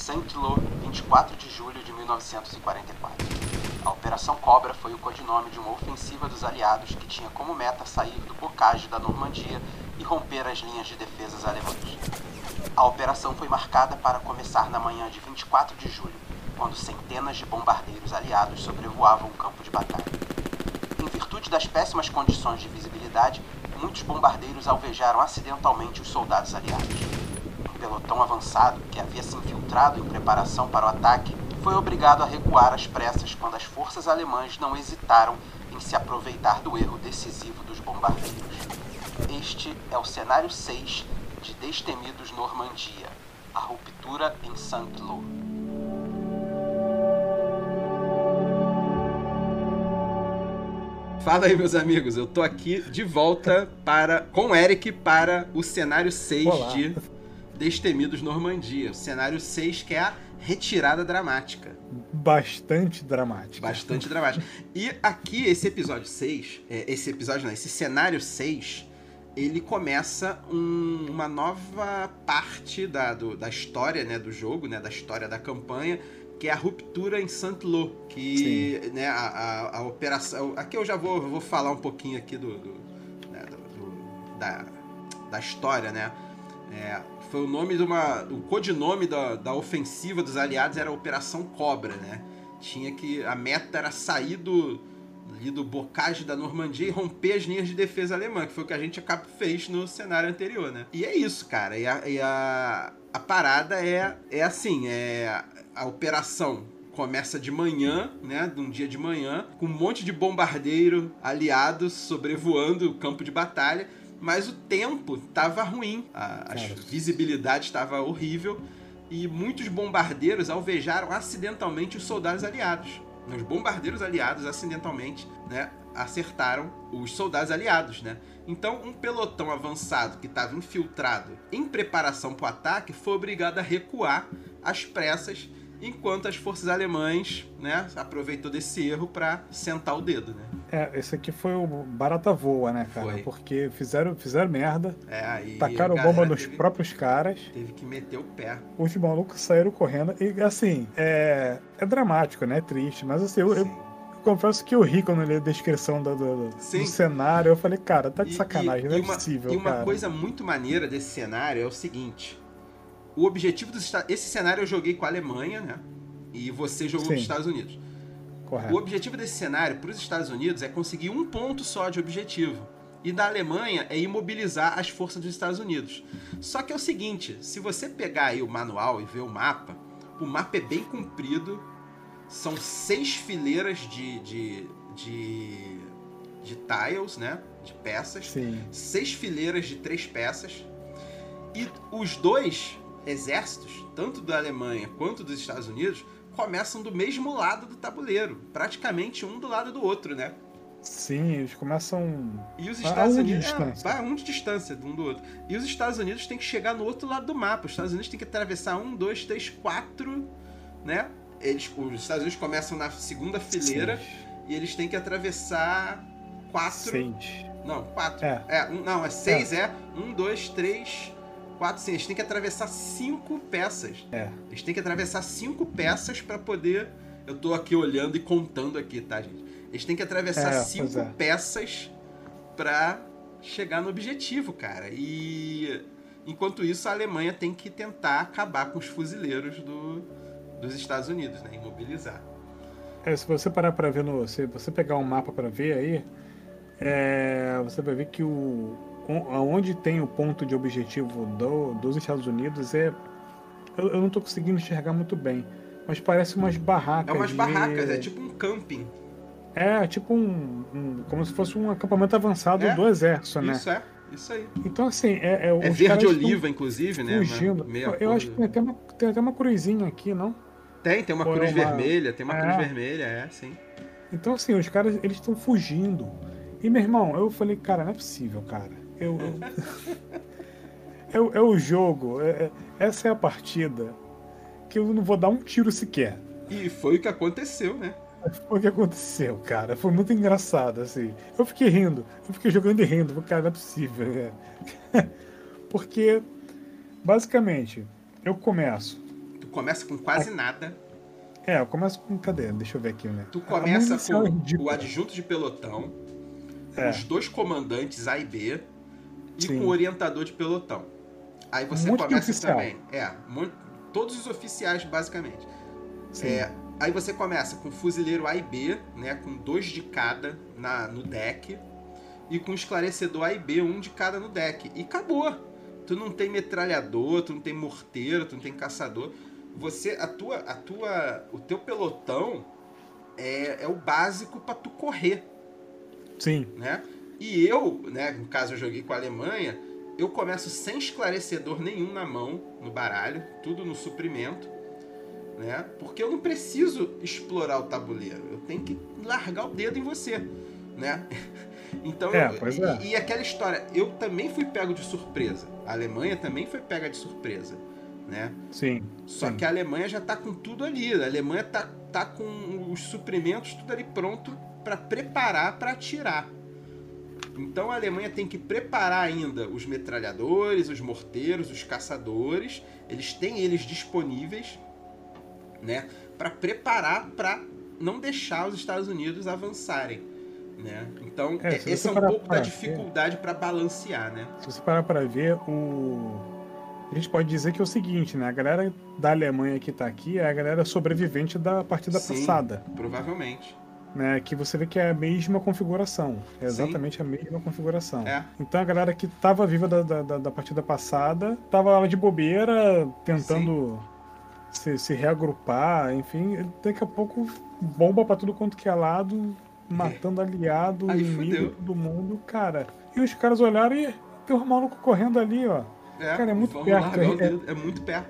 Saint-Lô, 24 de julho de 1944. A Operação Cobra foi o codinome de uma ofensiva dos aliados que tinha como meta sair do bocage da Normandia e romper as linhas de defesas alemãs. A operação foi marcada para começar na manhã de 24 de julho, quando centenas de bombardeiros aliados sobrevoavam o campo de batalha. Em virtude das péssimas condições de visibilidade, muitos bombardeiros alvejaram acidentalmente os soldados aliados. Um pelotão avançado, que havia se infiltrado em preparação para o ataque, foi obrigado a recuar às pressas quando as forças alemãs não hesitaram em se aproveitar do erro decisivo dos bombardeiros. Este é o cenário 6 de Destemidos Normandia, a ruptura em Saint-Lô. Fala aí, meus amigos, eu tô aqui de volta com o Eric para o cenário 6 Olá. de Destemidos Normandia. O cenário 6, que é a retirada dramática. Bastante dramática. Bastante dramática. E aqui, esse cenário 6, ele começa uma nova parte da história, né, do jogo, né, da história da campanha, que é a ruptura em Saint-Lô, que, né, a operação... Aqui eu já vou falar um pouquinho aqui da história, né? Foi o nome o codinome da ofensiva dos aliados era a Operação Cobra, né? A meta era sair do bocage da Normandia e romper as linhas de defesa alemã, que foi o que a gente fez no cenário anterior, né? E é isso, cara. E a parada é assim, a operação começa de manhã, né? De um dia de manhã, com um monte de bombardeiro aliados sobrevoando o campo de batalha, mas o tempo tava ruim, a visibilidade estava horrível e muitos bombardeiros alvejaram acidentalmente os soldados aliados. Os bombardeiros aliados acidentalmente, né, acertaram os soldados aliados, né? Então, um pelotão avançado que estava infiltrado em preparação para o ataque foi obrigado a recuar às pressas, enquanto as forças alemãs, né, aproveitou desse erro para sentar o dedo, né? Esse aqui foi o barata voa, né, cara? Foi. Porque fizeram merda, Aí tacaram bomba nos próprios caras. Teve que meter o pé. Os malucos saíram correndo. E, assim, é dramático, né? É triste. Mas, assim, eu confesso que eu ri quando eu li a descrição do cenário. Eu falei, cara, tá de sacanagem, não é possível, cara. E uma cara. coisa muito maneira desse cenário é o seguinte... O objetivo esse cenário eu joguei com a Alemanha, né? E você jogou com os Estados Unidos. Correto. O objetivo desse cenário para os Estados Unidos é conseguir um ponto só de objetivo. E da Alemanha é imobilizar as forças dos Estados Unidos. Só que é o seguinte, se você pegar aí o manual e ver o mapa é bem comprido. São 6 fileiras de tiles, né? De peças. Sim. 6 fileiras de 3 peças. E os dois exércitos, tanto da Alemanha quanto dos Estados Unidos, começam do mesmo lado do tabuleiro, praticamente um do lado do outro, né? Sim, eles começam e os Estados Unidos de distância. Um de distância um do outro. E os Estados Unidos têm que chegar no outro lado do mapa. Os Estados Unidos têm que atravessar 1, 2, 3, 4, né? Os Estados Unidos começam na segunda fileira. Sim. E eles têm que atravessar 4. 6. Não, 4. Não, é 6, 1, 2, 3... 4, sim, eles têm que atravessar 5 peças. Eles têm que atravessar 5 peças para poder... Eu tô aqui olhando e contando aqui, tá, gente? Eles têm que atravessar 5 peças para chegar no objetivo, cara. E enquanto isso, a Alemanha tem que tentar acabar com os fuzileiros dos Estados Unidos, né? Imobilizar. Se você parar para ver se você pegar um mapa para ver aí, você vai ver que onde tem o ponto de objetivo dos Estados Unidos eu não tô conseguindo enxergar muito bem, mas parece umas barracas. É umas barracas, é tipo um camping. É tipo como se fosse um acampamento avançado do exército, né? Isso aí. Então, assim, é verde oliva, inclusive, né? Fugindo. Eu acho que tem até uma cruzinha aqui, não? Tem uma cruz vermelha, cruz vermelha, sim. Então, assim, os caras, eles estão fugindo. E, meu irmão, eu falei, cara, não é possível, cara. É o jogo, essa é a partida que eu não vou dar um tiro sequer. E foi o que aconteceu, né? Foi o que aconteceu, cara. Foi muito engraçado, assim. Eu fiquei rindo, eu fiquei jogando e rindo. Cara, não é possível. Porque, basicamente, eu começo. começa com quase nada. Eu começo com... Cadê? Deixa eu ver aqui, né? Tu começa com é o adjunto de pelotão, os 2 comandantes A e B, e Sim. com o orientador de pelotão. Aí você começa também... todos os oficiais, basicamente. Aí você começa com fuzileiro A e B, né? Com 2 de cada no deck. E com esclarecedor A e B, 1 de cada no deck. E acabou. Tu não tem metralhador, tu não tem morteiro, tu não tem caçador. O teu pelotão é o básico pra tu correr. Sim. Né? E eu, né, no caso eu joguei com a Alemanha, eu começo sem esclarecedor nenhum na mão, no baralho, tudo no suprimento, né? Porque eu não preciso explorar o tabuleiro, eu tenho que largar o dedo em você, né? Então, e aquela história, eu também fui pego de surpresa, a Alemanha também foi pega de surpresa, né? Sim. Só que a Alemanha já tá com tudo ali, a Alemanha tá com os suprimentos tudo ali pronto para preparar para atirar. Então a Alemanha tem que preparar ainda os metralhadores, os morteiros, os caçadores. Eles têm eles disponíveis, né, para preparar para não deixar os Estados Unidos avançarem, né? Então esse é um pouco da dificuldade para balancear, né? Se você parar para ver, a gente pode dizer que é o seguinte, né? A galera da Alemanha que tá aqui é a galera sobrevivente da partida passada. Provavelmente. Né, que você vê que é a mesma configuração. É exatamente a mesma configuração. Então a galera que estava viva da partida passada estava lá de bobeira, tentando se reagrupar, enfim. Daqui a pouco bomba pra tudo quanto que é lado, matando aliado, inimigo, todo mundo, cara. E os caras olharam e tem um maluco correndo ali, ó. Cara, é muito perto. É muito perto.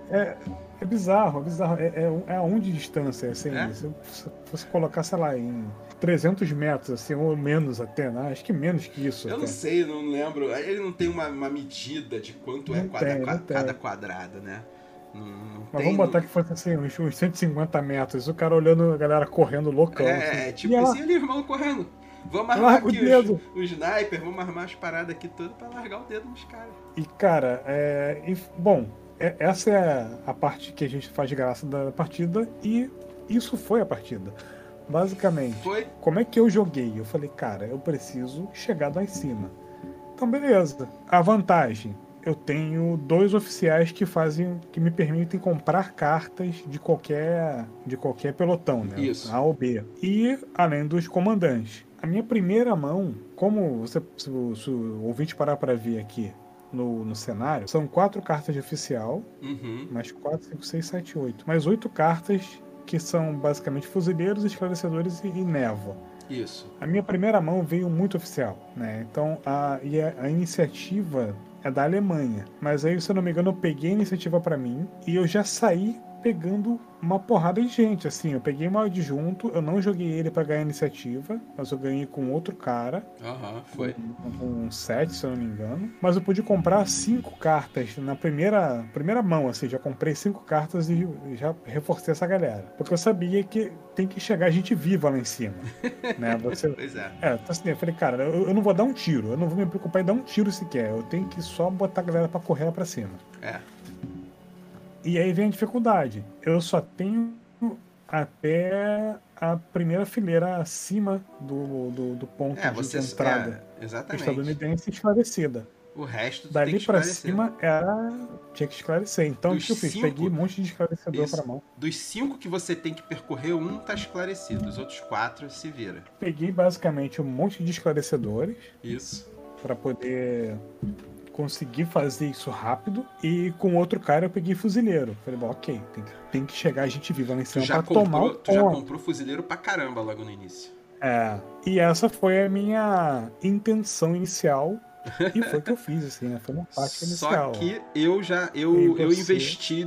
É bizarro, é bizarro. É a 1 de distância, assim. Se você colocar, sei lá, em 300 metros, assim, ou menos até, né? Acho que menos que isso. Eu não sei, não lembro. Ele não tem uma medida de quanto é cada quadrado, né? Mas vamos botar que fosse assim, uns 150 metros. O cara olhando a galera correndo loucão. Tipo assim, ali, irmão, correndo. Vamos armar aqui o sniper, vamos armar as paradas aqui todas pra largar o dedo nos caras. E, cara, bom, essa é a parte que a gente faz de graça da partida, e isso foi a partida. Basicamente, como é que eu joguei? Eu falei, cara, eu preciso chegar lá em cima. Então, beleza. A vantagem, eu tenho 2 oficiais que me permitem comprar cartas de qualquer pelotão, né? Isso. A ou B. E, além dos comandantes. A minha primeira mão, como se o ouvinte parar para ver aqui no cenário, são 4 cartas de oficial, mais 4, 5, 6, 7, 8. Mais 8 cartas que são basicamente fuzileiros, esclarecedores e névoa. Isso. A minha primeira mão veio muito oficial, né? Então a iniciativa é da Alemanha. Mas aí, se eu não me engano, eu peguei a iniciativa para mim e eu já saí pegando uma porrada de gente, assim. Eu peguei meu adjunto, eu não joguei ele pra ganhar a iniciativa, mas eu ganhei com outro cara. Foi. Com 7, se eu não me engano. Mas eu pude comprar 5 cartas na primeira mão, assim. Já comprei 5 cartas e já reforcei essa galera. Porque eu sabia que tem que chegar gente viva lá em cima. Né? Pois é. Então assim, eu falei, cara, eu não vou dar um tiro. Eu não vou me preocupar em dar um tiro sequer. Eu tenho que só botar a galera pra correr lá pra cima. E aí vem a dificuldade. Eu só tenho até a primeira fileira acima do ponto de entrada estadunidense esclarecida. O resto dali pra cima tinha que esclarecer. Então o que eu fiz? Peguei um monte de esclarecedor pra mão. Dos 5 que você tem que percorrer, 1 tá esclarecido. Os outros 4 se vira. Peguei basicamente um monte de esclarecedores. Isso. Pra poder conseguir fazer isso rápido. E com outro cara eu peguei fuzileiro. Falei, bom, ok, tem que chegar a gente viva lá em cima pra tomar o ponto. Tu já comprou fuzileiro pra caramba logo no início. E essa foi a minha intenção inicial. E foi o que eu fiz, assim, né? Foi uma parte inicial. Só que eu investi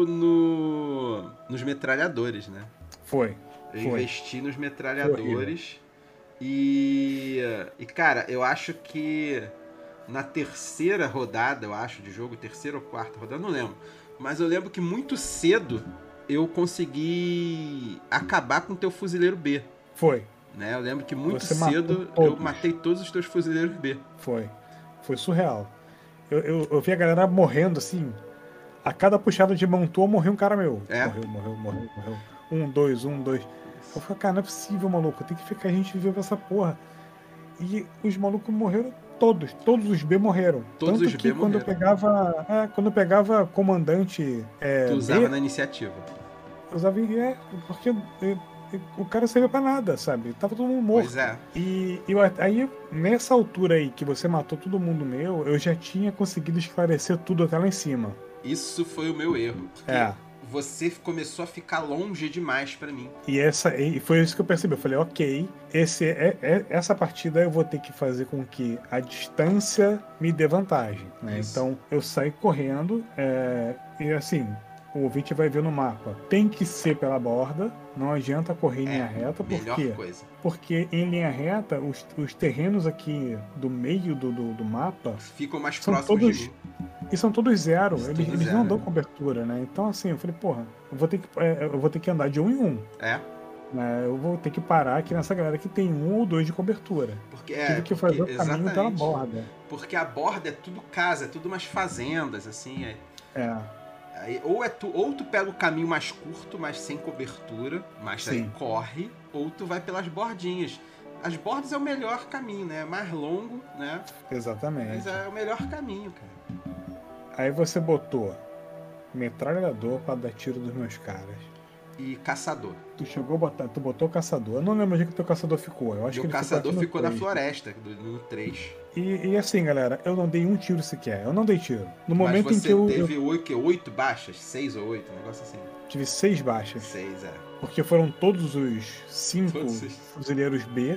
nos metralhadores, né? Investi nos metralhadores. E, cara, eu acho que na terceira rodada, de jogo, terceira ou quarta rodada, não lembro. Mas eu lembro que muito cedo eu consegui acabar com o teu fuzileiro B. Né? Eu lembro que muito cedo eu matei todos os teus fuzileiros B. Foi surreal. Eu vi a galera morrendo, assim, A cada puxada de mão tua morreu um cara meu. É. Morreu. Um, dois. Eu falei, cara, não é possível, maluco. Tem que ficar a gente viver essa porra. E os malucos morreram todos. Todos os B morreram. Todos Tanto os que B quando morreram. quando eu pegava comandante Tu usava B, na iniciativa. eu usava porque o cara servia pra nada, sabe? Tava todo mundo morto. Pois é. E aí, nessa altura aí que você matou todo mundo meu, eu já tinha conseguido esclarecer tudo até lá em cima. Isso foi o meu erro. Porque você começou a ficar longe demais pra mim. E foi isso que eu percebi. Eu falei, ok, essa partida eu vou ter que fazer com que a distância me dê vantagem. Né? Então eu saí correndo e assim, o ouvinte vai ver no mapa. Tem que ser pela borda, não adianta correr em linha reta. Por quê? Coisa. Porque em linha reta, os terrenos aqui do meio do mapa ficam mais são próximos todos, de mim. E são todos zero. Todos Eles zero, não dão cobertura, né? Então assim, eu falei, porra, eu vou ter que andar de um em um. Eu vou ter que parar aqui nessa galera que tem 1 ou 2 de cobertura. Tive que fazer o caminho pela borda. Porque a borda é tudo casa, é tudo umas fazendas, assim. Ou tu pega o caminho mais curto, mas sem cobertura, mas aí corre, ou tu vai pelas bordinhas. As bordas é o melhor caminho, né? Mais longo, né? Exatamente. Mas é o melhor caminho, cara. Aí você botou metralhador pra dar tiro dos meus caras. E caçador. Tu botou caçador. Eu não lembro onde que o teu caçador ficou. Eu acho que o caçador ficou na floresta, no 3. E assim, galera, eu não dei um tiro sequer. Eu não dei tiro. No momento em que eu... teve 8 baixas? 6 ou 8, um negócio assim. Tive 6 baixas. 6, Porque foram todos os 5 fuzileiros B.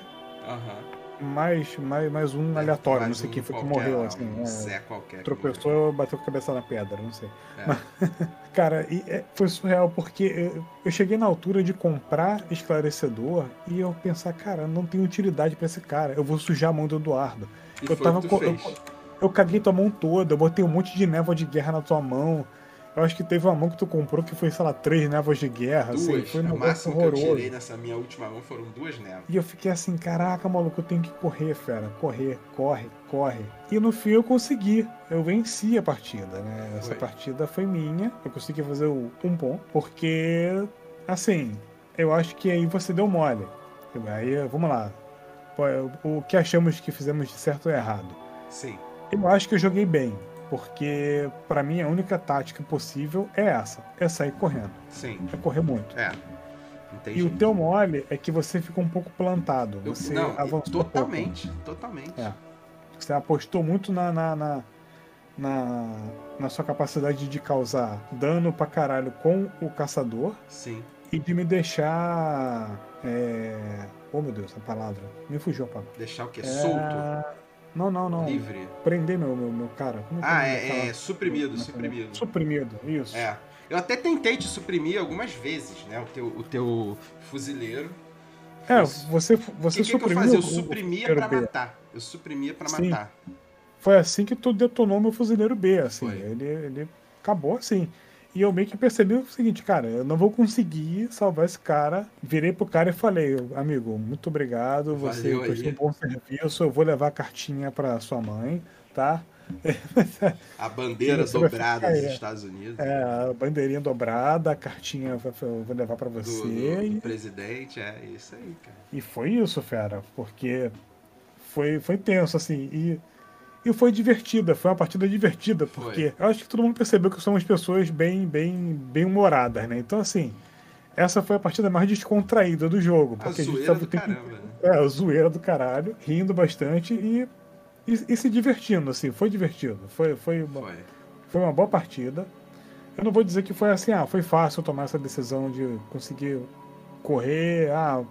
Mais um aleatório, não sei quem foi que morreu, assim. Zé qualquer. Tropeçou, bateu com a cabeça na pedra, não sei. Mas, cara, foi surreal, porque eu cheguei na altura de comprar esclarecedor e eu pensar, cara, não tem utilidade pra esse cara, eu vou sujar a mão do Eduardo. Eu caguei tua mão toda, eu botei um monte de névoa de guerra na tua mão. Eu acho que teve uma mão que tu comprou que foi, sei lá, 3 névoas de guerra. 2, assim, foi um o máximo horroroso. que eu tirei nessa minha última mão foram 2 névoas. E eu fiquei assim, caraca, maluco, eu tenho que correr, fera. Corre. E no fim eu consegui. Eu venci a partida, né? Essa partida foi minha. Eu consegui fazer um ponto. Porque, assim, eu acho que aí você deu mole. Aí, vamos lá. O que achamos que fizemos de certo ou errado? Sim. Eu acho que eu joguei bem. Porque, pra mim, a única tática possível é essa. É sair correndo. Sim. É correr muito. Entendi. E o teu mole é que você ficou um pouco plantado. Você avançou totalmente. Você apostou muito na sua capacidade de causar dano pra caralho com o caçador. Sim. E de me deixar... Oh, meu Deus, a palavra. Me fugiu a palavra. Deixar o quê? Solto? Não. Livre. Prender meu cara. Suprimido. Suprimido, isso. Eu até tentei te suprimir algumas vezes, né? O teu fuzileiro. Você suprimiu. Que eu fazia? Eu suprimia pra matar. Eu suprimia pra matar. Foi assim que tu detonou meu fuzileiro B, assim. Ele acabou assim. E eu meio que percebi o seguinte, cara, eu não vou conseguir salvar esse cara. Virei pro cara e falei, amigo, muito obrigado, você prestou um bom serviço, eu vou levar a cartinha pra sua mãe, tá? A bandeira dobrada dos Estados Unidos. A bandeirinha dobrada, a cartinha eu vou levar pra você. Do presidente, é isso aí, cara. E foi isso, fera, porque foi tenso, assim, e foi divertida, foi uma partida divertida, porque eu acho que todo mundo percebeu que somos pessoas bem humoradas, né? Então, assim, essa foi a partida mais descontraída do jogo. Porque a gente tava a zoeira do caralho, rindo bastante e se divertindo, assim, foi divertido. Foi uma boa partida. Eu não vou dizer que foi assim, foi fácil tomar essa decisão de conseguir correr,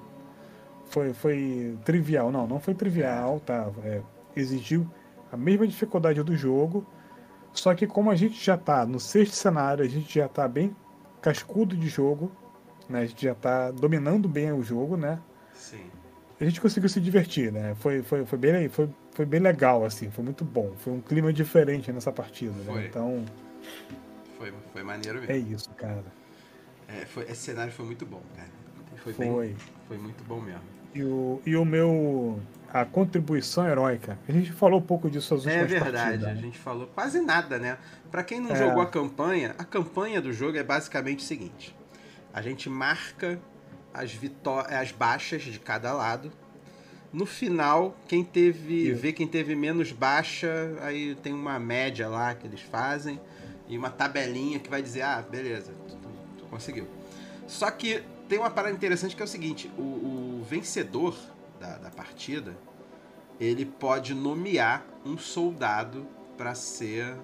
foi trivial. Não foi trivial, tá? Exigiu a mesma dificuldade do jogo, só que como a gente já tá no 6º cenário, a gente já tá bem cascudo de jogo, né? A gente já tá dominando bem o jogo, né? Sim. A gente conseguiu se divertir, né? Foi bem legal, assim, foi muito bom. Foi um clima diferente nessa partida, né? Então... Foi maneiro mesmo. É isso, cara. Esse cenário foi muito bom, cara. Foi muito bom mesmo. E o meu... A contribuição heróica. A gente falou um pouco disso nas É últimas verdade, partidas. a gente falou quase nada, né? Pra quem não jogou a campanha do jogo é basicamente o seguinte: a gente marca as baixas de cada lado. No final, vê quem teve menos baixa, aí tem uma média lá que eles fazem e uma tabelinha que vai dizer, beleza, tu conseguiu. Só que tem uma parada interessante que é o seguinte: o vencedor da partida, ele pode nomear um soldado para ser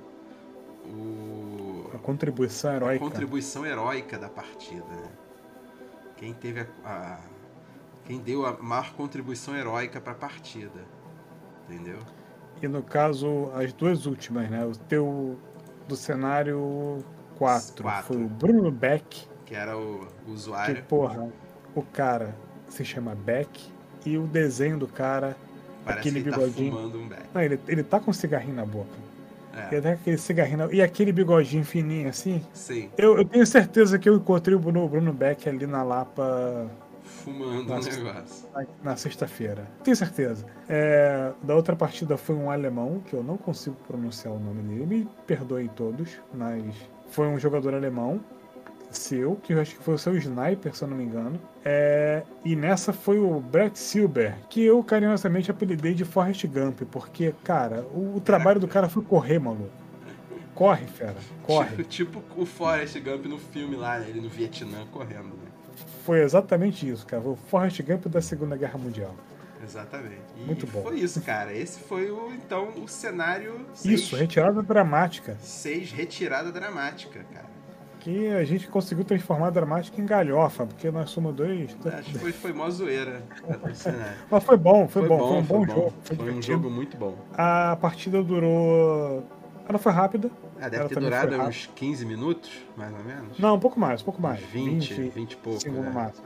a contribuição a heróica. contribuição heróica da partida, né? Quem teve quem deu a maior contribuição heróica para a partida, entendeu? E no caso, as duas últimas, né? O teu do cenário 4 foi o Bruno Beck, que era o usuário. Que, porra, o cara se chama Beck e o desenho do cara, parece aquele que ele bigodinho. Tá fumando um Beck. Não, ele tá com um cigarrinho na boca. Ele tá com aquele cigarrinho e aquele bigodinho fininho assim. Sim. Eu tenho certeza que eu encontrei o Bruno Beck ali na Lapa. Fumando um negócio. Na sexta-feira. Tenho certeza. Da outra partida foi um alemão, que eu não consigo pronunciar o nome dele. Me perdoem todos, mas foi um jogador alemão seu, que eu acho que foi o seu sniper, se eu não me engano. E nessa foi o Brett Silber, que eu carinhosamente apelidei de Forrest Gump, porque, cara, o trabalho do cara foi correr, maluco. Corre, fera, corre. Tipo o Forrest Gump no filme lá, né? Ele no Vietnã correndo, né? Foi exatamente isso, cara. O Forrest Gump da Segunda Guerra Mundial. Exatamente. E muito bom. Foi isso, cara. Esse foi o cenário 6. Isso, retirada dramática. 6, retirada dramática, cara. Que a gente conseguiu transformar a dramática em galhofa, porque nós somos dois. Acho que foi mó zoeira. Mas foi bom, foi um bom jogo. Foi um jogo muito bom. A partida durou. Ela foi rápida. Deve ter durado uns 15 minutos, mais ou menos. Não, um pouco mais. 20 e pouco. Segundo máximo,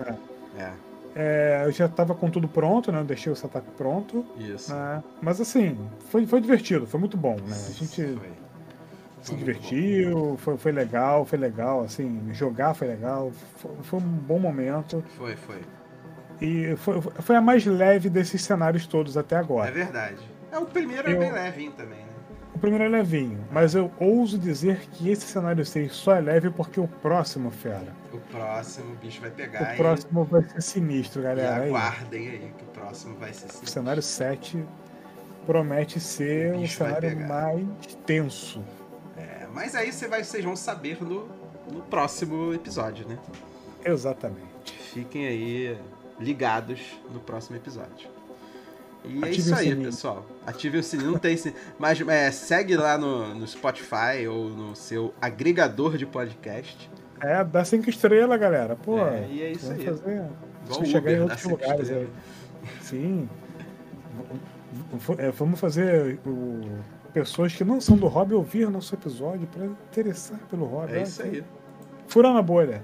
eu já tava com tudo pronto, né? Eu deixei o setup pronto. Isso. Né? Mas assim, foi divertido, foi muito bom, né? A gente se divertiu, foi legal, assim, jogar foi legal, foi um bom momento. Foi. E foi a mais leve desses cenários todos até agora. É verdade. O primeiro é bem levinho também, né? O primeiro é levinho, mas eu ouso dizer que esse cenário 6 só é leve porque o próximo, fera. O próximo o bicho vai pegar. O próximo vai ser sinistro, galera. E aguardem aí, que o próximo vai ser sinistro. O cenário 7 promete ser um cenário mais tenso. Mas aí vocês vão saber no próximo episódio, né? Exatamente. Fiquem aí ligados no próximo episódio. E Ative é isso aí, pessoal. Ative o sininho, não tem sininho. Mas segue lá no Spotify ou no seu agregador de podcast. Dá 5 estrelas, galera. Pô, e é isso aí. Vamos chegar em outros lugares aí. Sim. Vamos fazer pessoas que não são do hobby ouvir nosso episódio para interessar pelo hobby. É isso aí. Furando a bolha.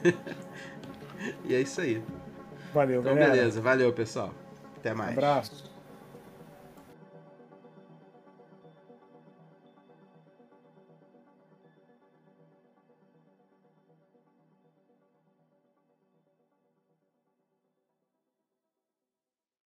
E é isso aí. Valeu, então, galera. Beleza. Valeu, pessoal. Até mais. Abraço.